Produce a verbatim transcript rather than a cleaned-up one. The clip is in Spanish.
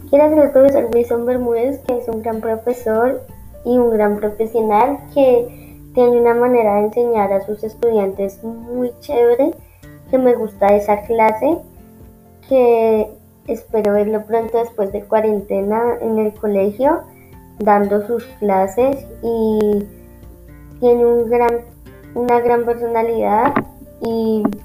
Quiero ser el profesor Wilson Bermúdez, que es un gran profesor y un gran profesional que tiene una manera de enseñar a sus estudiantes muy chévere, que me gusta esa clase, que espero verlo pronto después de cuarentena en el colegio, dando sus clases, y tiene un gran, una gran personalidad y